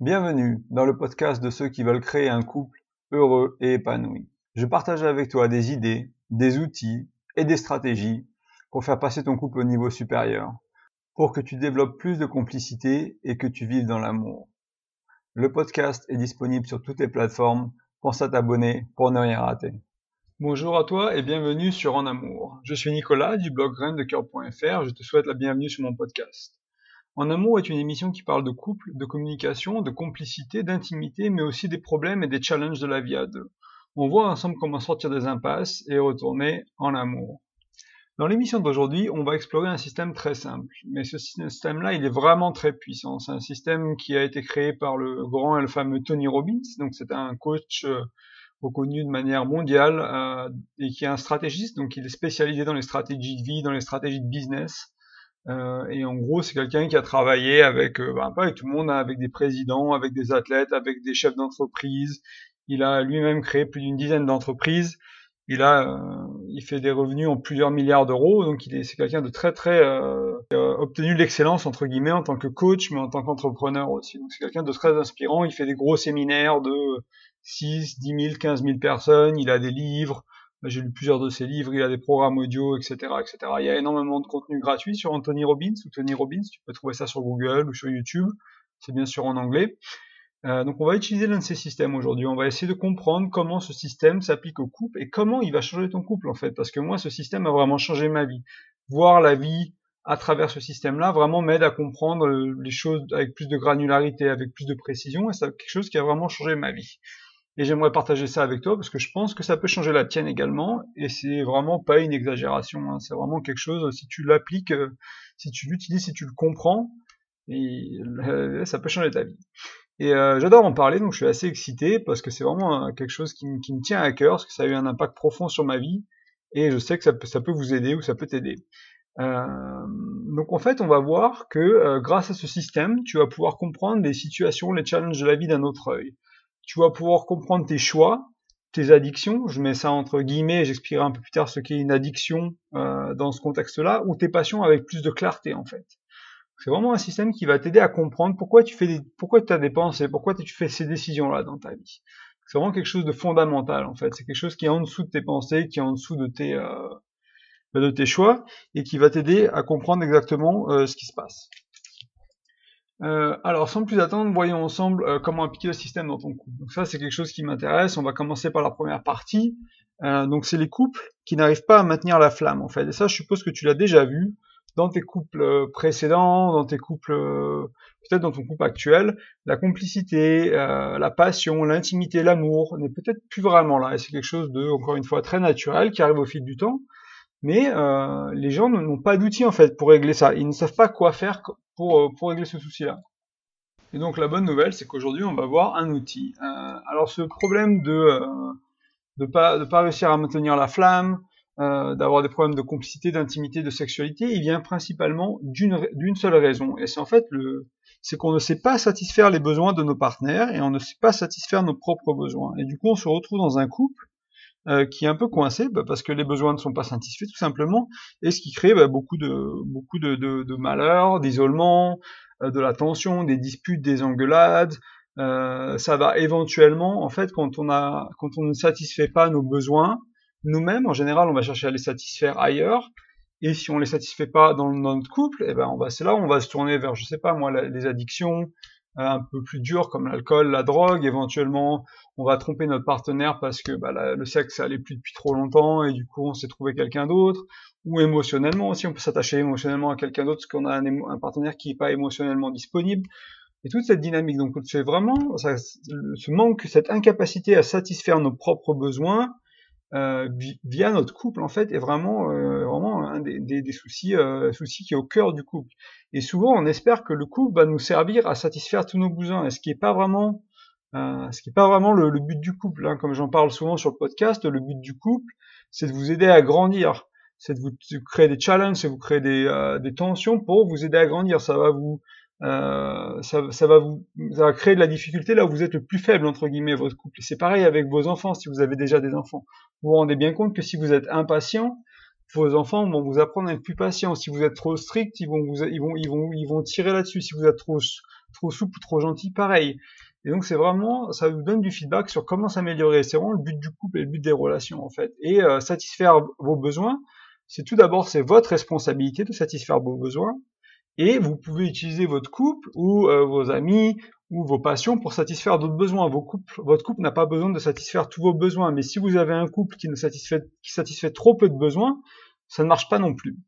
Bienvenue dans le podcast de ceux qui veulent créer un couple heureux et épanoui. Je partage avec toi des idées, des outils et des stratégies pour faire passer ton couple au niveau supérieur, pour que tu développes plus de complicité et que tu vives dans l'amour. Le podcast est disponible sur toutes les plateformes. Pense à t'abonner pour ne rien rater. Bonjour à toi et bienvenue sur En Amour. Je suis Nicolas du blog graindecoeur.fr. Je te souhaite la bienvenue sur mon podcast. En amour est une émission qui parle de couple, de communication, de complicité, d'intimité, mais aussi des problèmes et des challenges de la vie à deux. On voit ensemble comment sortir des impasses et retourner en amour. Dans l'émission d'aujourd'hui, on va explorer un système très simple, mais ce système-là, il est vraiment très puissant. C'est un système qui a été créé par le grand et le fameux Tony Robbins, donc c'est un coach reconnu de manière mondiale et qui est un stratégiste, donc il est spécialisé dans les stratégies de vie, dans les stratégies de business. Et en gros, c'est quelqu'un qui a travaillé avec, pas avec tout le monde, hein, avec des présidents, avec des athlètes, avec des chefs d'entreprise. Il a lui-même créé plus d'une dizaine d'entreprises. Il fait des revenus en plusieurs milliards d'euros, donc c'est quelqu'un de très obtenu de l'excellence entre guillemets en tant que coach, mais en tant qu'entrepreneur aussi. Donc c'est quelqu'un de très inspirant. Il fait des gros séminaires de 6, 10 000, 15 000 personnes. Il a des livres. J'ai lu plusieurs de ses livres. Il a des programmes audio, etc., etc. Il y a énormément de contenu gratuit sur Anthony Robbins ou Tony Robbins. Tu peux trouver ça sur Google ou sur YouTube. C'est bien sûr en anglais. Donc on va utiliser l'un de ces systèmes aujourd'hui. On va essayer de comprendre comment ce système s'applique au couple et comment il va changer ton couple en fait. Parce que moi, ce système a vraiment changé ma vie. Voir la vie à travers ce système-là vraiment m'aide à comprendre les choses avec plus de granularité, avec plus de précision, et c'est quelque chose qui a vraiment changé ma vie. Et j'aimerais partager ça avec toi parce que je pense que ça peut changer la tienne également, et c'est vraiment pas une exagération, hein. C'est vraiment quelque chose, si tu l'appliques, si tu l'utilises, si tu le comprends, et ça peut changer ta vie. Et j'adore en parler, donc je suis assez excité parce que c'est vraiment quelque chose qui me tient à cœur, parce que ça a eu un impact profond sur ma vie, et je sais que ça peut vous aider ou ça peut t'aider. Donc en fait, on va voir que grâce à ce système, tu vas pouvoir comprendre les situations, les challenges de la vie d'un autre œil. Tu vas pouvoir comprendre tes choix, tes addictions, je mets ça entre guillemets, et j'expliquerai un peu plus tard ce qu'est une addiction dans ce contexte-là, ou tes passions avec plus de clarté en fait. C'est vraiment un système qui va t'aider à comprendre pourquoi tu as des pensées, pourquoi tu fais ces décisions-là dans ta vie. C'est vraiment quelque chose de fondamental, en fait. C'est quelque chose qui est en dessous de tes pensées, qui est en dessous de tes choix, et qui va t'aider à comprendre exactement ce qui se passe. Alors, sans plus attendre, voyons ensemble comment appliquer le système dans ton couple. Donc ça, c'est quelque chose qui m'intéresse. On va commencer par la première partie. Donc, c'est les couples qui n'arrivent pas à maintenir la flamme, en fait. Et ça, je suppose que tu l'as déjà vu dans tes couples précédents, dans tes couples, peut-être dans ton couple actuel. La complicité, la passion, l'intimité, l'amour n'est peut-être plus vraiment là. Et c'est quelque chose de, encore une fois, très naturel qui arrive au fil du temps. Mais les gens n'ont pas d'outils en fait pour régler ça. Ils ne savent pas quoi faire pour régler ce souci-là. Et donc la bonne nouvelle, c'est qu'aujourd'hui on va voir un outil. Alors ce problème de pas réussir à maintenir la flamme, d'avoir des problèmes de complicité, d'intimité, de sexualité, il vient principalement d'une seule raison. Et c'est en fait c'est qu'on ne sait pas satisfaire les besoins de nos partenaires et on ne sait pas satisfaire nos propres besoins. Et du coup on se retrouve dans un couple qui est un peu coincé parce que les besoins ne sont pas satisfaits tout simplement, et ce qui crée beaucoup de malheur, d'isolement, de la tension, des disputes, des engueulades. Ça va éventuellement, en fait, quand on ne satisfait pas nos besoins nous-mêmes, en général, on va chercher à les satisfaire ailleurs. Et si on les satisfait pas dans notre couple, eh ben c'est là où on va se tourner vers, je sais pas moi, les addictions un peu plus dures comme l'alcool, la drogue. Éventuellement, on va tromper notre partenaire parce que le sexe ça allait plus depuis trop longtemps et du coup on s'est trouvé quelqu'un d'autre. Ou émotionnellement aussi, on peut s'attacher émotionnellement à quelqu'un d'autre parce qu'on a un partenaire qui est pas émotionnellement disponible. Et toute cette dynamique, donc c'est vraiment ce manque, cette incapacité à satisfaire nos propres besoins via notre couple en fait est vraiment un des soucis qui est au cœur du couple. Et souvent on espère que le couple va nous servir à satisfaire tous nos besoins, et ce qui est pas vraiment le but du couple, hein. Comme j'en parle souvent sur le podcast, le but du couple c'est de vous aider à grandir, c'est de vous créer des challenges, c'est de vous créer des tensions pour vous aider à grandir. Ça va créer de la difficulté là où vous êtes le plus faible entre guillemets votre couple. Et c'est pareil avec vos enfants si vous avez déjà des enfants. Vous vous rendez bien compte que si vous êtes impatient, vos enfants vont vous apprendre à être plus patient. Si vous êtes trop strict, ils vont tirer là-dessus. Si vous êtes trop souple ou trop gentil, pareil. Et donc c'est vraiment, ça vous donne du feedback sur comment s'améliorer. C'est vraiment le but du couple et le but des relations en fait. Et satisfaire vos besoins, c'est tout d'abord, c'est votre responsabilité de satisfaire vos besoins. Et vous pouvez utiliser votre couple ou vos amis ou vos passions pour satisfaire d'autres besoins. Votre couple n'a pas besoin de satisfaire tous vos besoins, mais si vous avez un couple qui satisfait trop peu de besoins, ça ne marche pas non plus.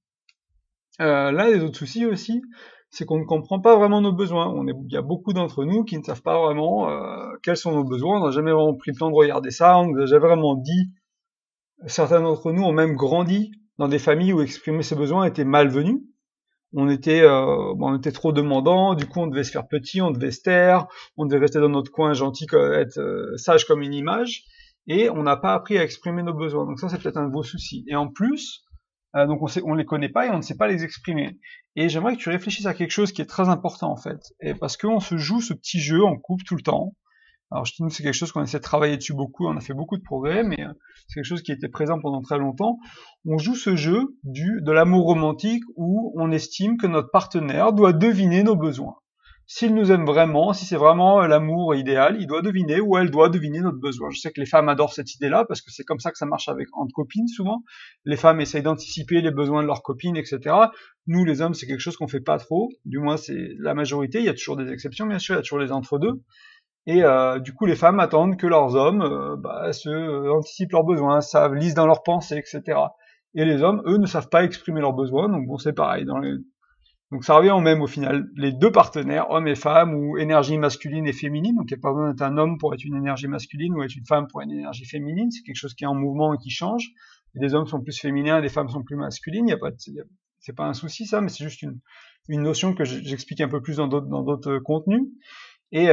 L'un des autres soucis aussi, c'est qu'on ne comprend pas vraiment nos besoins. Il y a beaucoup d'entre nous qui ne savent pas vraiment quels sont nos besoins. On n'a jamais vraiment pris le temps de regarder ça. On nous a jamais vraiment dit. Certains d'entre nous ont même grandi dans des familles où exprimer ses besoins était malvenu. On était trop demandant, du coup on devait se faire petit, on devait se taire, on devait rester dans notre coin gentil, être sage comme une image, et on n'a pas appris à exprimer nos besoins. Donc ça c'est peut-être un de vos soucis. Et en plus, donc on les connaît pas et on ne sait pas les exprimer. Et j'aimerais que tu réfléchisses à quelque chose qui est très important en fait, et parce qu'on se joue ce petit jeu en couple tout le temps. Alors je dis que c'est quelque chose qu'on essaie de travailler dessus beaucoup, on a fait beaucoup de progrès, mais c'est quelque chose qui était présent pendant très longtemps. On joue ce jeu de l'amour romantique où on estime que notre partenaire doit deviner nos besoins. S'il nous aime vraiment, si c'est vraiment l'amour idéal, il doit deviner ou elle doit deviner notre besoin. Je sais que les femmes adorent cette idée-là parce que c'est comme ça que ça marche entre copines souvent. Les femmes essayent d'anticiper les besoins de leurs copines, etc. Nous, les hommes, c'est quelque chose qu'on fait pas trop. Du moins, c'est la majorité. Il y a toujours des exceptions, bien sûr. Il y a toujours les entre-deux. Et du coup, les femmes attendent que leurs hommes anticipent leurs besoins, savent, lisent dans leurs pensées, etc. Et les hommes, eux, ne savent pas exprimer leurs besoins, donc bon, c'est pareil. Donc ça revient au même au final. Les deux partenaires, hommes et femmes, ou énergie masculine et féminine, donc il n'y a pas besoin d'être un homme pour être une énergie masculine ou être une femme pour être une énergie féminine, c'est quelque chose qui est en mouvement et qui change. Et les hommes sont plus féminins, les femmes sont plus masculines, c'est pas un souci ça, mais c'est juste une notion que j'explique un peu plus dans d'autres contenus. Et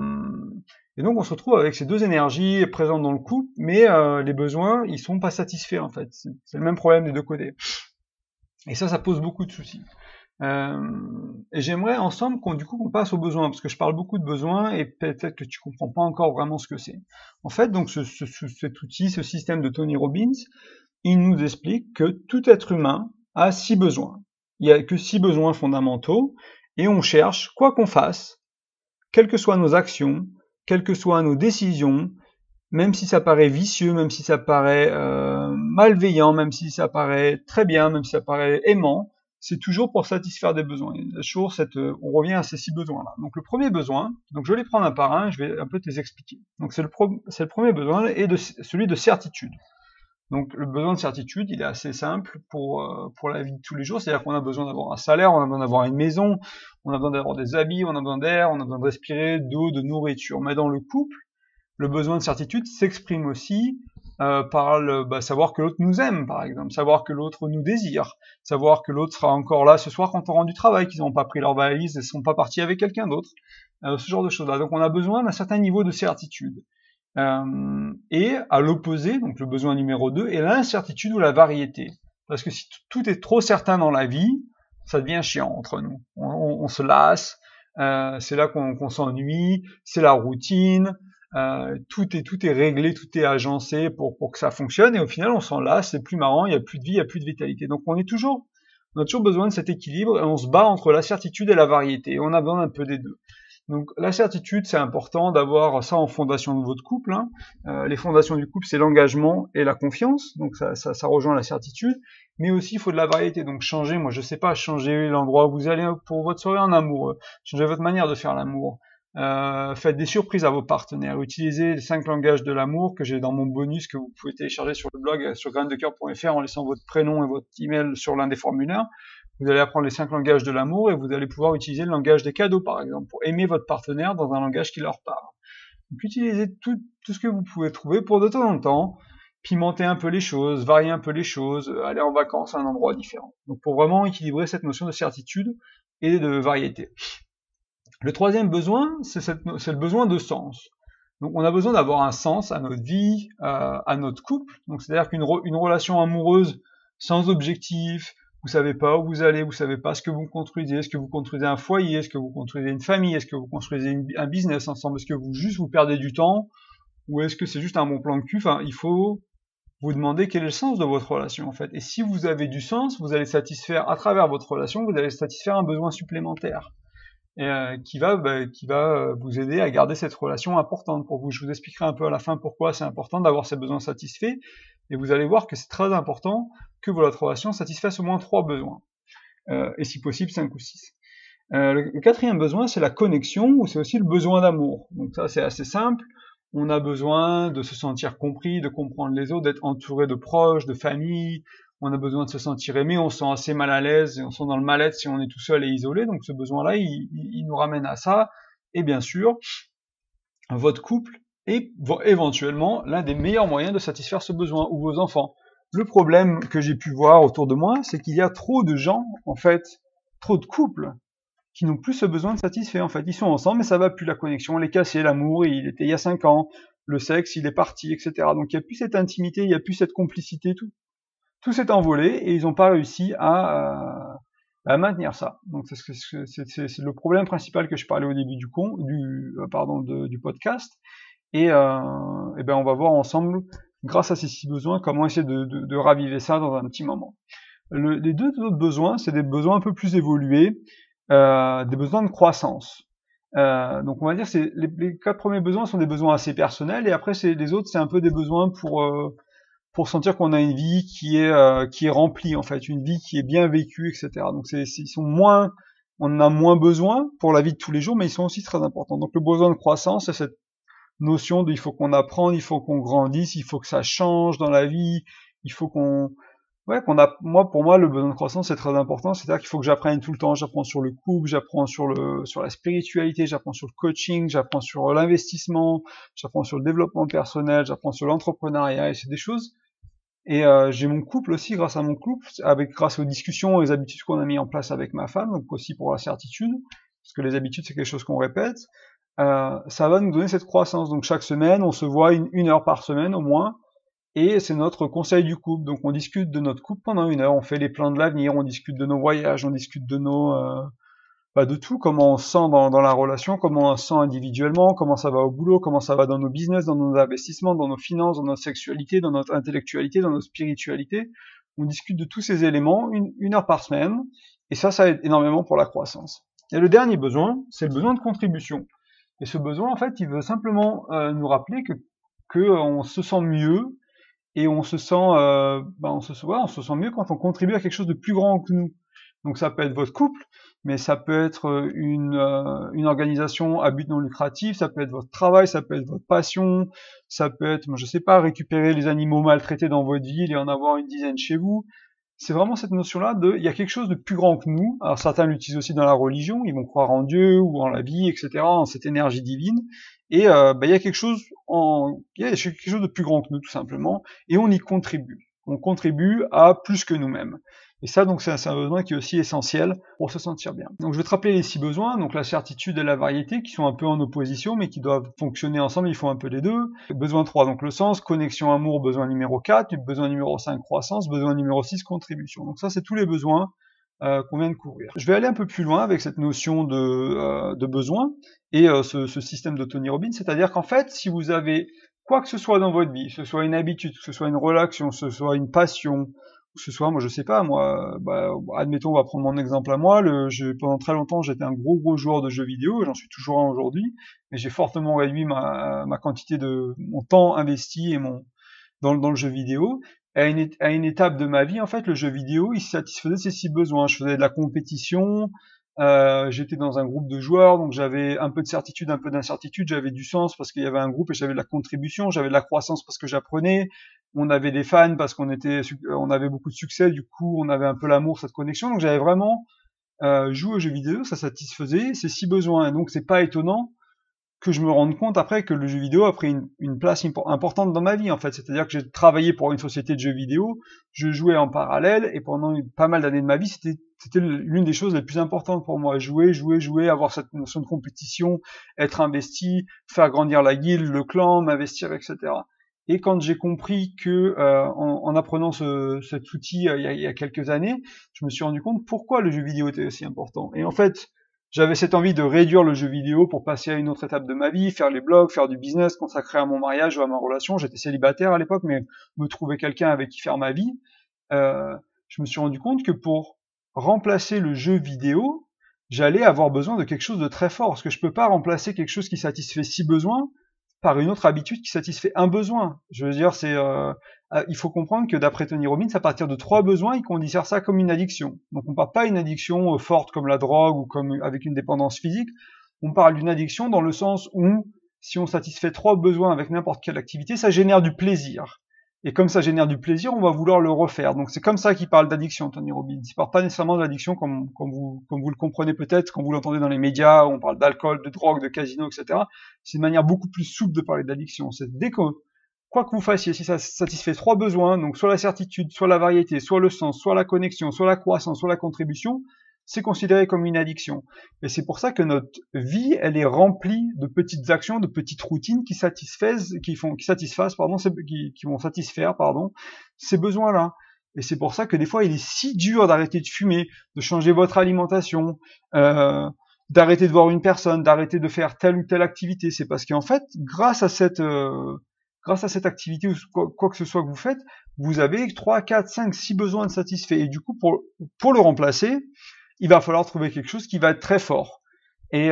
donc on se retrouve avec ces deux énergies présentes dans le couple, mais les besoins, ils sont pas satisfaits en fait. C'est le même problème des deux côtés. Et ça pose beaucoup de soucis. Et j'aimerais ensemble qu'on passe aux besoins, parce que je parle beaucoup de besoins et peut-être que tu comprends pas encore vraiment ce que c'est. En fait, donc cet outil, ce système de Tony Robbins, il nous explique que tout être humain a 6 besoins. Il y a que 6 besoins fondamentaux, et on cherche, quoi qu'on fasse, quelles que soient nos actions, quelles que soient nos décisions, même si ça paraît vicieux, même si ça paraît malveillant, même si ça paraît très bien, même si ça paraît aimant, c'est toujours pour satisfaire des besoins. Toujours on revient à ces 6 besoins-là. Donc le premier besoin, donc je vais les prendre un par un, je vais un peu te les expliquer. Donc c'est le premier besoin, et celui de certitude. Donc le besoin de certitude, il est assez simple pour la vie de tous les jours, c'est-à-dire qu'on a besoin d'avoir un salaire, on a besoin d'avoir une maison, on a besoin d'avoir des habits, on a besoin d'air, on a besoin de respirer, d'eau, de nourriture. Mais dans le couple, le besoin de certitude s'exprime aussi par savoir que l'autre nous aime, par exemple, savoir que l'autre nous désire, savoir que l'autre sera encore là ce soir quand on rentre du travail, qu'ils n'ont pas pris leur valise et ne sont pas partis avec quelqu'un d'autre, ce genre de choses-là. Donc on a besoin d'un certain niveau de certitude. Et à l'opposé, donc le besoin numéro 2, est l'incertitude ou la variété. Parce que si tout est trop certain dans la vie, ça devient chiant entre nous. On se lasse, c'est là qu'on s'ennuie, c'est la routine, tout est réglé, tout est agencé pour que ça fonctionne, et au final on s'en lasse, c'est plus marrant, il y a plus de vie, il y a plus de vitalité. Donc on a toujours besoin de cet équilibre, et on se bat entre la certitude et la variété, et on a besoin d'un peu des deux. Donc la certitude, c'est important d'avoir ça en fondation de votre couple. Les fondations du couple, c'est l'engagement et la confiance, donc ça rejoint la certitude. Mais aussi, il faut de la variété. Donc changer, moi je sais pas, changer l'endroit où vous allez pour votre soirée en amoureux, changer votre manière de faire l'amour. Faites des surprises à vos partenaires. Utilisez les 5 langages de l'amour que j'ai dans mon bonus que vous pouvez télécharger sur le blog sur graindecoeur.fr en laissant votre prénom et votre email sur l'un des formulaires. Vous allez apprendre les 5 langages de l'amour et vous allez pouvoir utiliser le langage des cadeaux, par exemple, pour aimer votre partenaire dans un langage qui leur parle. Donc utilisez tout ce que vous pouvez trouver pour de temps en temps pimenter un peu les choses, varier un peu les choses, aller en vacances à un endroit différent. Donc pour vraiment équilibrer cette notion de certitude et de variété. Le troisième besoin, c'est le besoin de sens. Donc on a besoin d'avoir un sens à notre vie, à notre couple. Donc c'est-à-dire qu'une relation amoureuse sans objectif, vous savez pas où vous allez, vous savez pas ce que vous construisez, est-ce que vous construisez un foyer, est-ce que vous construisez une famille, est-ce que vous construisez un business ensemble, est-ce que vous perdez du temps, ou est-ce que c'est juste un bon plan de cul. Enfin, il faut vous demander quel est le sens de votre relation en fait. Et si vous avez du sens, vous allez satisfaire à travers votre relation, vous allez satisfaire un besoin supplémentaire. et qui va vous aider à garder cette relation importante pour vous. Je vous expliquerai un peu à la fin pourquoi c'est important d'avoir ces besoins satisfaits, et vous allez voir que c'est très important que votre relation satisfasse au moins 3 besoins, et si possible 5 ou 6. Le quatrième besoin, c'est la connexion, ou c'est aussi le besoin d'amour. Donc ça, c'est assez simple. On a besoin de se sentir compris, de comprendre les autres, d'être entouré de proches, de famille. On a besoin de se sentir aimé, on se sent assez mal à l'aise, et on se sent dans le mal-être si on est tout seul et isolé. Donc ce besoin-là, il nous ramène à ça. Et bien sûr, votre couple est éventuellement l'un des meilleurs moyens de satisfaire ce besoin, ou vos enfants. Le problème que j'ai pu voir autour de moi, c'est qu'il y a trop de gens, en fait, trop de couples, qui n'ont plus ce besoin de satisfaire. En fait, ils sont ensemble, mais ça va plus, la connexion, elle est cassée, l'amour, il était il y a 5 ans, le sexe, il est parti, etc. Donc il n'y a plus cette intimité, il n'y a plus cette complicité, tout s'est envolé, et ils n'ont pas réussi à maintenir ça. Donc c'est le problème principal que je parlais au début du podcast. Et ben on va voir ensemble, grâce à ces 6 besoins, comment essayer de raviver ça dans un petit moment. Les 2 autres besoins, c'est des besoins un peu plus évolués, des besoins de croissance. Donc on va dire c'est les 4 premiers besoins sont des besoins assez personnels, et après les autres, c'est un peu des besoins pour sentir qu'on a une vie qui est remplie, en fait, une vie qui est bien vécue, etc. Donc ils sont moins, on en a moins besoin pour la vie de tous les jours, mais ils sont aussi très importants. Donc le besoin de croissance, c'est cette notion de il faut qu'on apprenne, il faut qu'on grandisse, il faut que ça change dans la vie, il faut pour moi, le besoin de croissance, c'est très important. C'est-à-dire qu'il faut que j'apprenne tout le temps. J'apprends sur le couple, j'apprends sur la spiritualité, j'apprends sur le coaching, j'apprends sur l'investissement, j'apprends sur le développement personnel, j'apprends sur l'entrepreneuriat, et c'est des choses. Et j'ai mon couple aussi, grâce à mon couple, grâce aux discussions et aux habitudes qu'on a mis en place avec ma femme, donc aussi pour la certitude, parce que les habitudes, c'est quelque chose qu'on répète. Ça va nous donner cette croissance. Donc chaque semaine, on se voit une heure par semaine au moins, et c'est notre conseil du couple. Donc on discute de notre couple pendant 1 heure, on fait les plans de l'avenir, on discute de nos voyages, on discute de tout, comment on se sent dans la relation, comment on se sent individuellement, comment ça va au boulot, comment ça va dans nos business, dans nos investissements, dans nos finances, dans notre sexualité, dans notre intellectualité, dans notre spiritualité. On discute de tous ces éléments une heure par semaine, et ça aide énormément pour la croissance. Et le dernier besoin, c'est le besoin de contribution. Et ce besoin, en fait, il veut simplement nous rappeler que on se sent mieux, et on se sent on se sent mieux quand on contribue à quelque chose de plus grand que nous. Donc ça peut être votre couple, mais ça peut être une organisation à but non lucratif, ça peut être votre travail, ça peut être votre passion, ça peut être, je sais pas, récupérer les animaux maltraités dans votre ville et en avoir une dizaine chez vous. C'est vraiment cette notion-là il y a quelque chose de plus grand que nous. Alors certains l'utilisent aussi dans la religion, ils vont croire en Dieu ou en la vie, etc., en cette énergie divine. Et il y a quelque chose de plus grand que nous, tout simplement, et on y contribue. On contribue à plus que nous-mêmes. Et ça, donc, c'est un besoin qui est aussi essentiel pour se sentir bien. Donc, je vais te rappeler les 6 besoins, donc la certitude et la variété, qui sont un peu en opposition, mais qui doivent fonctionner ensemble, il faut un peu les deux. Besoin 3, donc le sens, connexion, amour, besoin numéro 4, besoin numéro 5, croissance, besoin numéro 6, contribution. Donc ça, c'est tous les besoins qu'on vient de couvrir. Je vais aller un peu plus loin avec cette notion de besoin et ce système de Tony Robbins, c'est-à-dire qu'en fait, si vous avez quoi que ce soit dans votre vie, que ce soit une habitude, que ce soit une relation, que ce soit une passion, que ce soit, moi je sais pas, admettons, on va prendre mon exemple à moi, pendant très longtemps j'étais un gros joueur de jeux vidéo, j'en suis toujours un aujourd'hui, mais j'ai fortement réduit ma quantité mon temps investi et dans le jeu vidéo. À une étape de ma vie, en fait, le jeu vidéo, il satisfaisait ses 6 besoins. Je faisais de la compétition, j'étais dans un groupe de joueurs, donc j'avais un peu de certitude, un peu d'incertitude, j'avais du sens parce qu'il y avait un groupe et j'avais de la contribution, j'avais de la croissance parce que j'apprenais, on avait des fans parce on avait beaucoup de succès, du coup on avait un peu l'amour, cette connexion, donc j'avais vraiment joué aux jeux vidéo, ça satisfaisait ces 6 besoins, et donc c'est pas étonnant que je me rende compte après que le jeu vidéo a pris une place importante dans ma vie, en fait. C'est-à-dire que j'ai travaillé pour une société de jeux vidéo, je jouais en parallèle, et pendant pas mal d'années de ma vie, c'était l'une des choses les plus importantes pour moi. Jouer, avoir cette notion de compétition, être investi, faire grandir la guilde, le clan, m'investir, etc. Et quand j'ai compris que, en apprenant cet outil il y a quelques années, je me suis rendu compte pourquoi le jeu vidéo était aussi important. Et en fait, j'avais cette envie de réduire le jeu vidéo pour passer à une autre étape de ma vie, faire les blogs, faire du business, consacrer à mon mariage ou à ma relation. J'étais célibataire à l'époque, mais me trouver quelqu'un avec qui faire ma vie. Je me suis rendu compte que pour remplacer le jeu vidéo, j'allais avoir besoin de quelque chose de très fort, parce que je peux pas remplacer quelque chose qui satisfait 6 besoins par une autre habitude qui satisfait un besoin. Je veux dire, il faut comprendre que d'après Tony Robbins, à partir de 3 besoins, il considère ça comme une addiction. Donc on parle pas d'une addiction forte comme la drogue ou comme avec une dépendance physique, on parle d'une addiction dans le sens où si on satisfait 3 besoins avec n'importe quelle activité, ça génère du plaisir. Et comme ça génère du plaisir, on va vouloir le refaire. Donc c'est comme ça qu'il parle d'addiction, Tony Robbins. Il parle pas nécessairement de l'addiction comme vous le comprenez peut-être quand vous l'entendez dans les médias, où on parle d'alcool, de drogue, de casino, etc. C'est une manière beaucoup plus souple de parler d'addiction. C'est dès que, quoi que vous fassiez, si ça satisfait 3 besoins, donc soit la certitude, soit la variété, soit le sens, soit la connexion, soit la croissance, soit la contribution, c'est considéré comme une addiction. Et c'est pour ça que notre vie, elle est remplie de petites actions, de petites routines qui vont satisfaire, ces besoins-là. Et c'est pour ça que des fois, il est si dur d'arrêter de fumer, de changer votre alimentation, d'arrêter de voir une personne, d'arrêter de faire telle ou telle activité. C'est parce qu'en fait, grâce à cette activité ou quoi que ce soit que vous faites, vous avez 3, 4, 5, 6 besoins de satisfaits. Et du coup, pour le remplacer, il va falloir trouver quelque chose qui va être très fort. Et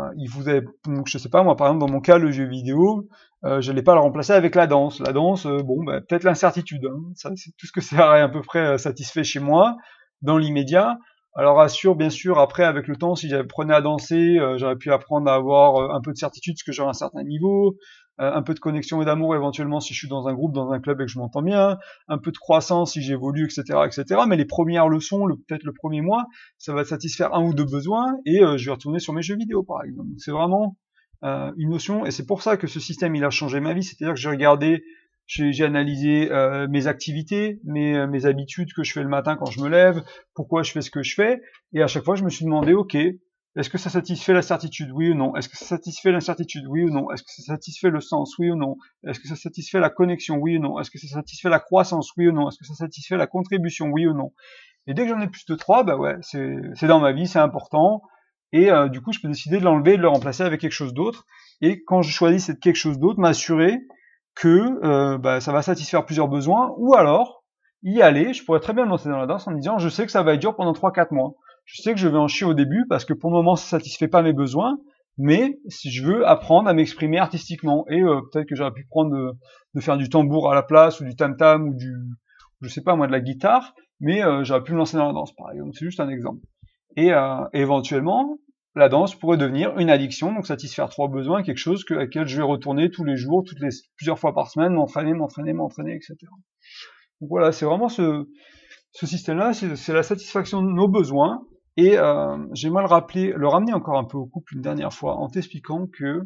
donc, je sais pas, moi par exemple dans mon cas, le jeu vidéo, je n'allais pas le remplacer avec la danse. La danse, peut-être l'incertitude. Hein. Ça, c'est tout ce que ça aurait à peu près satisfait chez moi dans l'immédiat. Alors assure, bien sûr, après avec le temps, si j'apprenais à danser, j'aurais pu apprendre à avoir un peu de certitude, parce que j'aurais un certain niveau, un peu de connexion et d'amour éventuellement si je suis dans un groupe, dans un club et que je m'entends bien, un peu de croissance si j'évolue, etc., etc. Mais les premières leçons, peut-être le premier mois, ça va satisfaire un ou deux besoins et je vais retourner sur mes jeux vidéo, par exemple. Donc, c'est vraiment une notion, et c'est pour ça que ce système il a changé ma vie. C'est-à-dire que j'ai analysé mes activités, mes habitudes que je fais le matin quand je me lève, pourquoi je fais ce que je fais, et à chaque fois je me suis demandé, ok, est-ce que ça satisfait la certitude, oui ou non? Est-ce que ça satisfait l'incertitude, oui ou non? Est-ce que ça satisfait le sens, oui ou non? Est-ce que ça satisfait la connexion, oui ou non? Est-ce que ça satisfait la croissance, oui ou non? Est-ce que ça satisfait la contribution, oui ou non? Et dès que j'en ai plus de 3, bah ouais, c'est dans ma vie, c'est important. Et du coup, je peux décider de l'enlever et de le remplacer avec quelque chose d'autre. Et quand je choisis cette quelque chose d'autre, m'assurer que ça va satisfaire plusieurs besoins, ou alors y aller. Je pourrais très bien me lancer dans la danse en me disant, je sais que ça va être dur pendant 3-4 mois. Je sais que je vais en chier au début parce que pour le moment, ça satisfait pas mes besoins. Mais si je veux apprendre à m'exprimer artistiquement, et peut-être que j'aurais pu prendre de faire du tambour à la place, ou du tam-tam, ou je sais pas moi, de la guitare, mais j'aurais pu me lancer dans la danse, par exemple. C'est juste un exemple. Et éventuellement, la danse pourrait devenir une addiction, donc satisfaire 3 besoins, quelque chose à laquelle je vais retourner tous les jours, plusieurs fois par semaine, m'entraîner, etc. Donc voilà, c'est vraiment ce système-là, c'est la satisfaction de nos besoins. Et j'aimerais le ramener encore un peu au couple une dernière fois, en t'expliquant que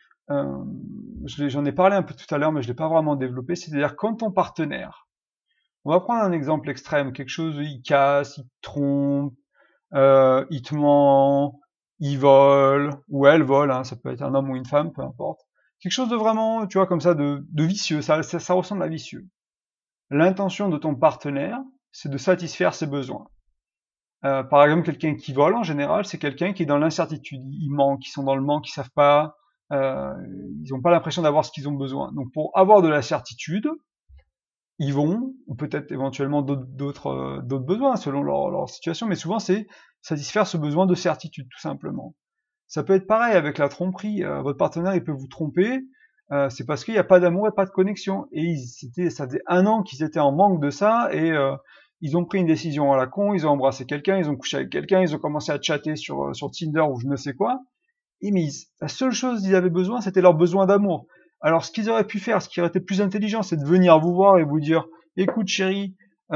j'en ai parlé un peu tout à l'heure, mais je l'ai pas vraiment développé. C'est-à-dire quand ton partenaire, on va prendre un exemple extrême, quelque chose, il casse, il te trompe, il te ment, il vole, ou elle vole, hein, ça peut être un homme ou une femme, peu importe. Quelque chose de vraiment, tu vois, comme ça, de vicieux, ça ressemble à vicieux. L'intention de ton partenaire, c'est de satisfaire ses besoins. Par exemple, quelqu'un qui vole, en général, c'est quelqu'un qui est dans l'incertitude. Ils manquent, ils sont dans le manque, ils savent pas, ils n'ont pas l'impression d'avoir ce qu'ils ont besoin. Donc, pour avoir de la certitude, ils vont, ou peut-être éventuellement d'autres besoins selon leur situation, mais souvent c'est satisfaire ce besoin de certitude, tout simplement. Ça peut être pareil avec la tromperie. Votre partenaire, il peut vous tromper, c'est parce qu'il n'y a pas d'amour et pas de connexion. Et ça faisait 1 an qu'ils étaient en manque de ça, et ils ont pris une décision à la con, ils ont embrassé quelqu'un, ils ont couché avec quelqu'un, ils ont commencé à chatter sur Tinder ou je ne sais quoi. Et mais la seule chose qu'ils avaient besoin, c'était leur besoin d'amour. Alors ce qu'ils auraient pu faire, ce qui aurait été plus intelligent, c'est de venir vous voir et vous dire, écoute chérie,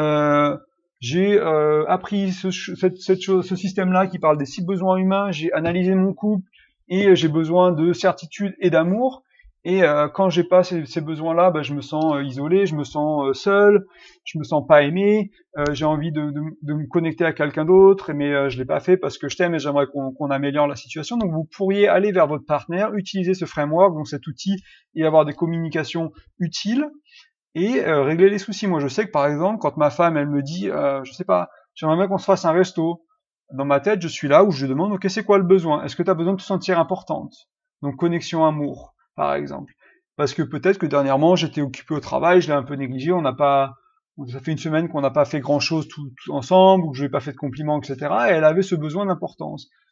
j'ai appris ce système-là qui parle des 6 besoins humains, j'ai analysé mon couple et j'ai besoin de certitude et d'amour. Et quand j'ai pas ces besoins-là, je me sens isolé, je me sens seul, je me sens pas aimé, j'ai envie de me connecter à quelqu'un d'autre, mais je l'ai pas fait parce que je t'aime et j'aimerais qu'on améliore la situation. Donc vous pourriez aller vers votre partenaire, utiliser ce framework, donc cet outil, et avoir des communications utiles et régler les soucis. Moi, je sais que par exemple, quand ma femme, elle me dit, je sais pas, j'aimerais bien qu'on se fasse un resto. Dans ma tête, je suis là où je demande, ok, c'est quoi le besoin? Est-ce que tu as besoin de te sentir importante? Donc connexion amour, par exemple. Parce que peut-être que dernièrement, j'étais occupé au travail, je l'ai un peu négligé, ça fait une semaine qu'on n'a pas fait grand chose tout ensemble, ou que je lui ai pas fait de compliments, etc. Et elle avait ce besoin d'importance.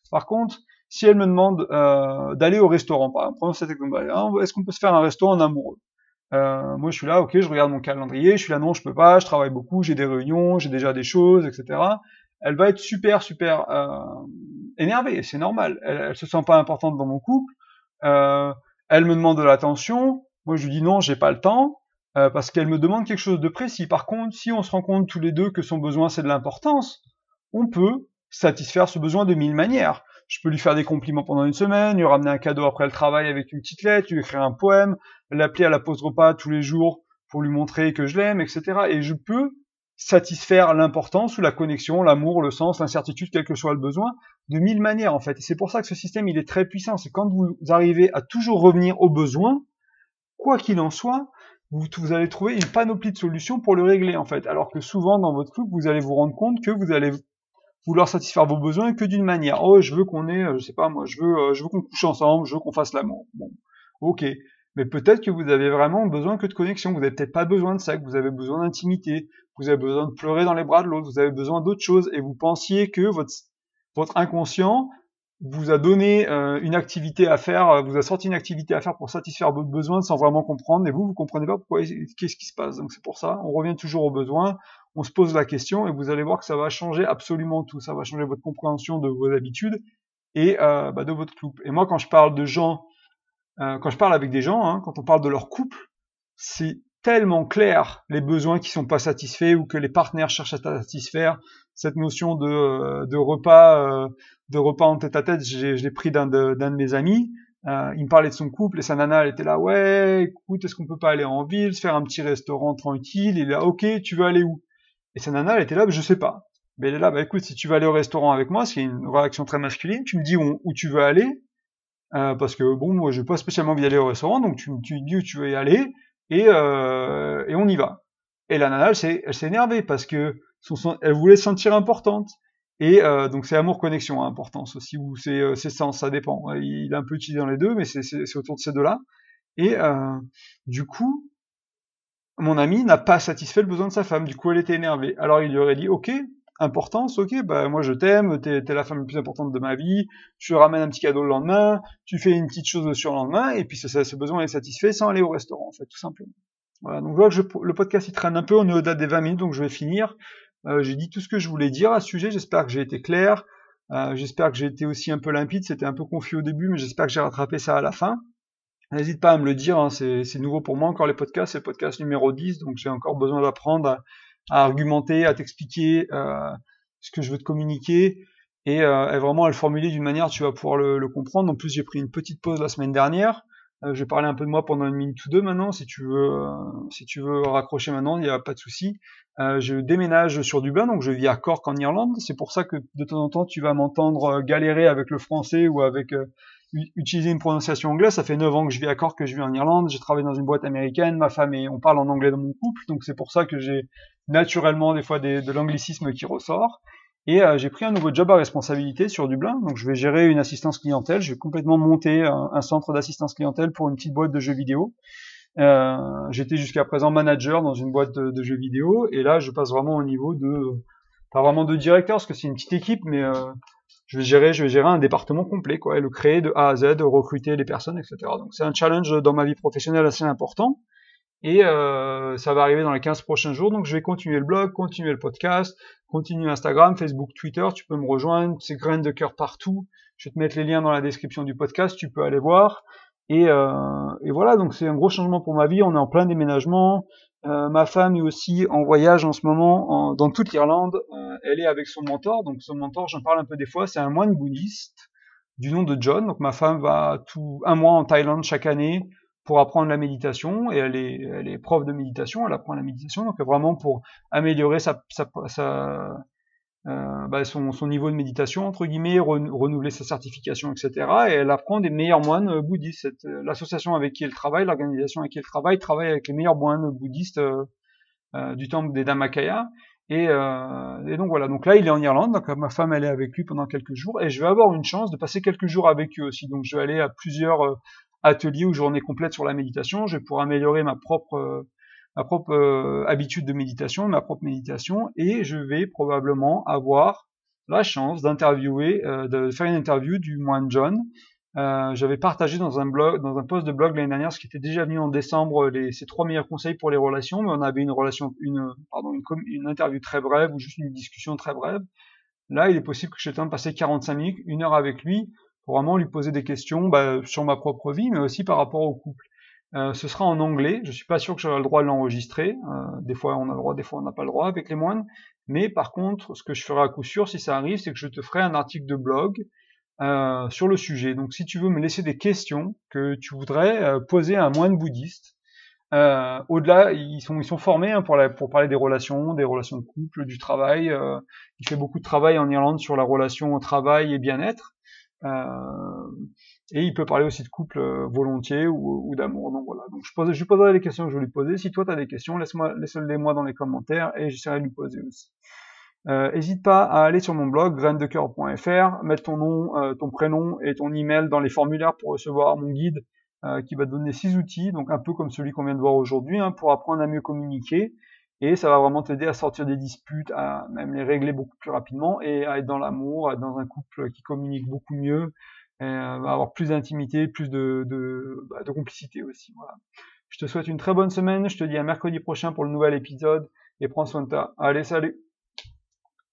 Par contre, si elle me demande d'aller au restaurant, par exemple, prenons cet exemple, est-ce qu'on peut se faire un resto en amoureux? Moi, je suis là, ok, je regarde mon calendrier, je suis là, non, je peux pas, je travaille beaucoup, j'ai des réunions, j'ai déjà des choses, etc. Elle va être super énervée, c'est normal. Elle se sent pas importante dans mon couple. Euh, Elle me demande de l'attention. Moi, je lui dis non, j'ai pas le temps parce qu'elle me demande quelque chose de précis. Par contre, si on se rend compte tous les deux que son besoin c'est de l'importance, on peut satisfaire ce besoin de mille manières. Je peux lui faire des compliments pendant une semaine, lui ramener un cadeau après le travail avec une petite lettre, lui écrire un poème, l'appeler à la pause repas tous les jours pour lui montrer que je l'aime, etc. Et je peux satisfaire l'importance ou la connexion, l'amour, le sens, l'incertitude, quel que soit le besoin, de mille manières en fait. Et c'est pour ça que ce système il est très puissant. C'est quand vous arrivez à toujours revenir aux besoins, quoi qu'il en soit, vous allez trouver une panoplie de solutions pour le régler en fait. Alors que souvent dans votre couple, vous allez vous rendre compte que vous allez vouloir satisfaire vos besoins que d'une manière. Oh, je veux qu'on ait, je sais pas moi, je veux qu'on couche ensemble, je veux qu'on fasse l'amour. Bon, ok. Mais peut-être que vous avez vraiment besoin que de connexion. Vous avez peut-être pas besoin de ça, que vous avez besoin d'intimité. Vous avez besoin de pleurer dans les bras de l'autre. Vous avez besoin d'autre chose. Et vous pensiez que votre inconscient vous a donné une activité à faire, vous a sorti une activité à faire pour satisfaire votre besoin sans vraiment comprendre. Et vous comprenez pas pourquoi, qu'est-ce qui se passe. Donc c'est pour ça, on revient toujours aux besoins, on se pose la question et vous allez voir que ça va changer absolument tout. Ça va changer votre compréhension de vos habitudes et de votre couple. Et moi, quand je parle de gens, quand je parle avec des gens, quand on parle de leur couple, c'est tellement clair les besoins qui sont pas satisfaits ou que les partenaires cherchent à satisfaire. Cette notion de repas en tête à tête, je l'ai pris d'un de mes amis. Il me parlait de son couple et sa nana, elle était là, ouais, écoute, est-ce qu'on peut pas aller en ville, se faire un petit restaurant tranquille? Il est là, ok, tu veux aller où? Et sa nana, elle était là, je sais pas. Mais elle est là, bah écoute, si tu veux aller au restaurant avec moi, c'est une réaction très masculine, tu me dis où tu veux aller, parce que bon, moi, j'ai pas spécialement envie d'aller au restaurant, donc tu me dis où tu veux y aller, et on y va. Et la nana, elle s'est énervée parce que elle voulait se sentir importante. Et donc c'est amour connexion, importance aussi, ou c'est sens, ça dépend. Il est un peu utilisé dans les deux, mais c'est autour de ces deux-là. Et du coup, mon ami n'a pas satisfait le besoin de sa femme. Du coup, elle était énervée. Alors il lui aurait dit, ok, importance, ok, bah moi je t'aime, t'es la femme la plus importante de ma vie, je te ramène un petit cadeau le lendemain, tu fais une petite chose le surlendemain, et puis ce besoin est satisfait sans aller au restaurant, en fait, tout simplement. Voilà, donc je vois que le podcast il traîne un peu, on est au-delà des 20 minutes, donc je vais finir. J'ai dit tout ce que je voulais dire à ce sujet, j'espère que j'ai été clair, j'espère que j'ai été aussi un peu limpide, c'était un peu confus au début, mais j'espère que j'ai rattrapé ça à la fin. N'hésite pas à me le dire, c'est nouveau pour moi encore les podcasts, c'est le podcast numéro 10, donc j'ai encore besoin d'apprendre à argumenter, à t'expliquer ce que je veux te communiquer et vraiment à le formuler d'une manière tu vas pouvoir le comprendre. En plus j'ai pris une petite pause la semaine dernière, je vais parler un peu de moi pendant une minute ou deux maintenant, si tu veux raccrocher maintenant, il n'y a pas de souci. Je déménage sur Dublin, donc je vis à Cork en Irlande, c'est pour ça que de temps en temps tu vas m'entendre galérer avec le français ou avec utiliser une prononciation anglaise. Ça fait 9 ans que je vis à Cork, que je vis en Irlande. J'ai travaillé dans une boîte américaine. Ma femme et on parle en anglais dans mon couple. Donc c'est pour ça que j'ai naturellement des fois de l'anglicisme qui ressort. Et j'ai pris un nouveau job à responsabilité sur Dublin. Donc je vais gérer une assistance clientèle. Je vais complètement monter un centre d'assistance clientèle pour une petite boîte de jeux vidéo. J'étais jusqu'à présent manager dans une boîte de jeux vidéo. Et là, je passe vraiment au niveau pas vraiment de directeur, parce que c'est une petite équipe, mais je vais gérer un département complet, quoi, et le créer de A à Z, recruter les personnes, etc. Donc c'est un challenge dans ma vie professionnelle assez important. Et ça va arriver dans les 15 prochains jours. Donc je vais continuer le blog, continuer le podcast, continuer Instagram, Facebook, Twitter. Tu peux me rejoindre, c'est graines de cœur partout. Je vais te mettre les liens dans la description du podcast, tu peux aller voir. Et voilà, donc c'est un gros changement pour ma vie. On est en plein déménagement. Ma femme est aussi en voyage en ce moment dans toute l'Irlande. Elle est avec son mentor. Donc son mentor, j'en parle un peu des fois, c'est un moine bouddhiste du nom de John. Donc ma femme va un mois en Thaïlande chaque année pour apprendre la méditation. Et elle est prof de méditation. Elle apprend la méditation. Donc vraiment pour améliorer son niveau de méditation, entre guillemets, renouveler sa certification, etc. Et elle apprend des meilleurs moines bouddhistes. L'association avec qui elle travaille, l'organisation avec qui elle travaille avec les meilleurs moines bouddhistes du temple des Dhammakaya. Et donc voilà, donc là il est en Irlande, donc ma femme elle est avec lui pendant quelques jours, et je vais avoir une chance de passer quelques jours avec eux aussi. Donc je vais aller à plusieurs ateliers ou journées complètes sur la méditation, je vais pouvoir améliorer ma propre habitude de méditation, ma propre méditation, et je vais probablement avoir la chance d'interviewer, de faire une interview du moine John. J'avais partagé dans un post de blog l'année dernière, ce qui était déjà venu en décembre, ces 3 meilleurs conseils pour les relations, mais on avait une interview très brève ou juste une discussion très brève. Là, il est possible que je tente de passer 45 minutes, 1 heure avec lui, pour vraiment lui poser des questions sur ma propre vie, mais aussi par rapport au couple. Ce sera en anglais, je suis pas sûr que j'aurai le droit de l'enregistrer, des fois on a le droit, des fois on n'a pas le droit avec les moines, mais par contre, ce que je ferai à coup sûr si ça arrive, c'est que je te ferai un article de blog sur le sujet. Donc si tu veux me laisser des questions que tu voudrais poser à un moine bouddhiste, au-delà, ils sont formés pour parler des relations de couple, du travail. Il fait beaucoup de travail en Irlande sur la relation au travail et bien-être. Euh, et il peut parler aussi de couple volontiers ou d'amour. Donc voilà. Donc je lui poserai les questions que je vais lui poser. Si toi tu as des questions, laisse-les moi dans les commentaires et j'essaierai de lui poser aussi. N'hésite pas à aller sur mon blog graindecoeur.fr, mettre ton nom, ton prénom et ton email dans les formulaires pour recevoir mon guide qui va te donner 6 outils, donc un peu comme celui qu'on vient de voir aujourd'hui, hein, pour apprendre à mieux communiquer. Et ça va vraiment t'aider à sortir des disputes, à même les régler beaucoup plus rapidement et à être dans l'amour, à être dans un couple qui communique beaucoup mieux, et à avoir plus d'intimité, plus de complicité aussi. Voilà. Je te souhaite une très bonne semaine, je te dis à mercredi prochain pour le nouvel épisode et prends soin de toi. Allez, salut!